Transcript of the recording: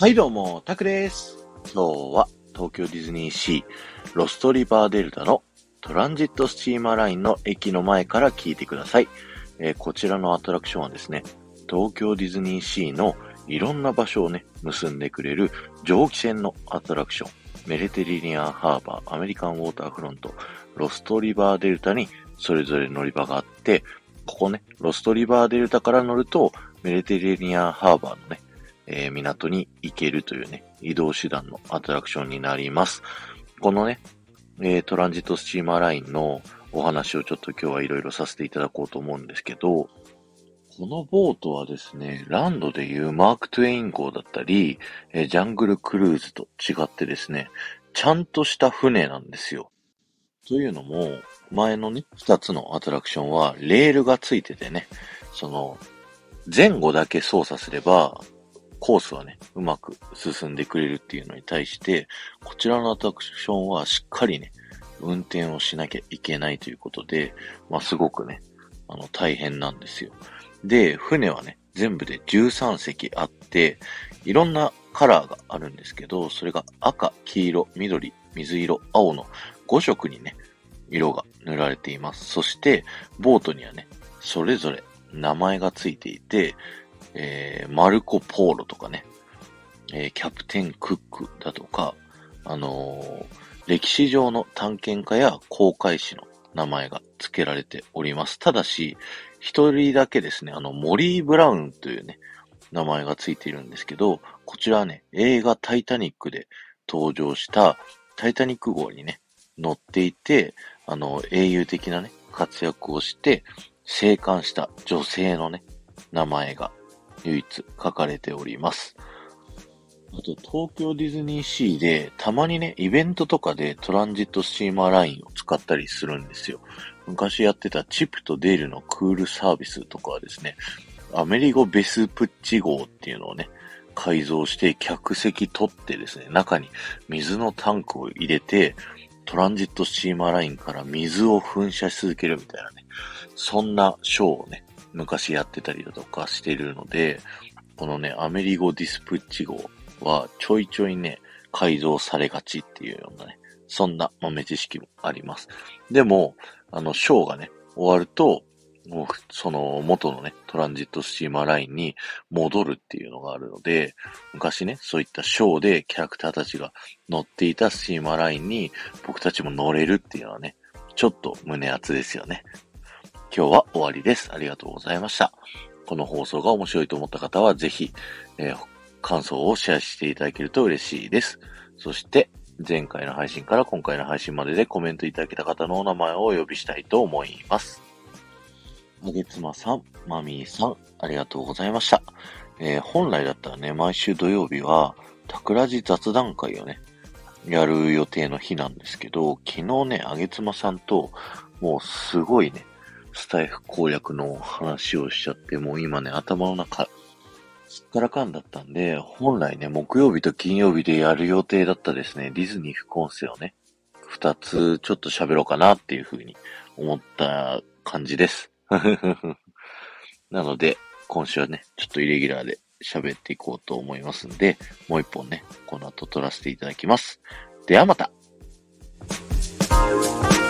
はいどうも、タクです。今日は東京ディズニーシーロストリバーデルタのトランジットスチーマーラインの駅の前から聞いてください。こちらのアトラクションはですね、東京ディズニーシーのいろんな場所をね、結んでくれる蒸気船のアトラクション、メディテレニアンハーバー、アメリカンウォーターフロント、ロストリバーデルタにそれぞれ乗り場があって、ここね、ロストリバーデルタから乗ると、メディテレニアンハーバーのね、港に行けるというね、移動手段のアトラクションになります。このね、トランジットスチーマーラインのお話をちょっと今日はいろいろさせていただこうと思うんですけど、このボートはですね、ランドでいうマーク・トゥエイン号だったり、ジャングルクルーズと違ってですね、ちゃんとした船なんですよ。というのも、前のね、二つのアトラクションはレールがついててね、前後だけ操作すれば、コースはね、うまく進んでくれるっていうのに対して、こちらのアトラクションはしっかりね、運転をしなきゃいけないということで、すごくね、大変なんですよ。で、船はね、全部で13隻あって、いろんなカラーがあるんですけど、それが赤、黄色、緑、水色、青の5色にね、色が塗られています。そして、ボートにはね、それぞれ名前がついていて、マルコ・ポーロとかね、キャプテン・クックだとか、歴史上の探検家や航海士の名前が付けられております。ただし、一人だけですね、モリー・ブラウンというね、名前が付いているんですけど、こちらはね、映画タイタニックで登場したタイタニック号にね、乗っていて、英雄的なね、活躍をして、生還した女性のね、名前が唯一書かれております。あと、東京ディズニーシーで、たまにね、イベントとかでトランジットスチーマーラインを使ったりするんですよ。昔やってたチップとデールのクールサービスとかはですね、アメリゴベスプッチ号っていうのをね、改造して客席取ってですね、中に水のタンクを入れて、トランジットスチーマーラインから水を噴射し続けるみたいなね、そんなショーをね、昔やってたりだとかしているので、このね、アメリゴディスプッチ号はちょいちょいね、改造されがちっていうようなね、そんな豆知識もあります。でも、ショーがね、終わると、もう、その元のね、トランジットスチーマーラインに戻るっていうのがあるので、昔ね、そういったショーでキャラクターたちが乗っていたスチーマーラインに僕たちも乗れるっていうのはね、ちょっと胸熱ですよね。今日は終わりです。ありがとうございました。この放送が面白いと思った方はぜひ、感想をシェアしていただけると嬉しいです。そして、前回の配信から今回の配信まででコメントいただけた方のお名前をお呼びしたいと思います。あげつまさん、まみーさん、ありがとうございました。本来だったらね、毎週土曜日は、たくらじ雑談会をね、やる予定の日なんですけど、昨日ね、あげつまさんと、もうすごいね、スタイフ攻略の話をしちゃって、もう今ね、頭の中、すっからかんだったんで、本来ね、木曜日と金曜日でやる予定だったですね、ディズニー副音声をね、二つちょっと喋ろうかなっていう風に思った感じです。なので、今週はね、ちょっとイレギュラーで喋っていこうと思いますんで、もう一本ね、この後撮らせていただきます。ではまた。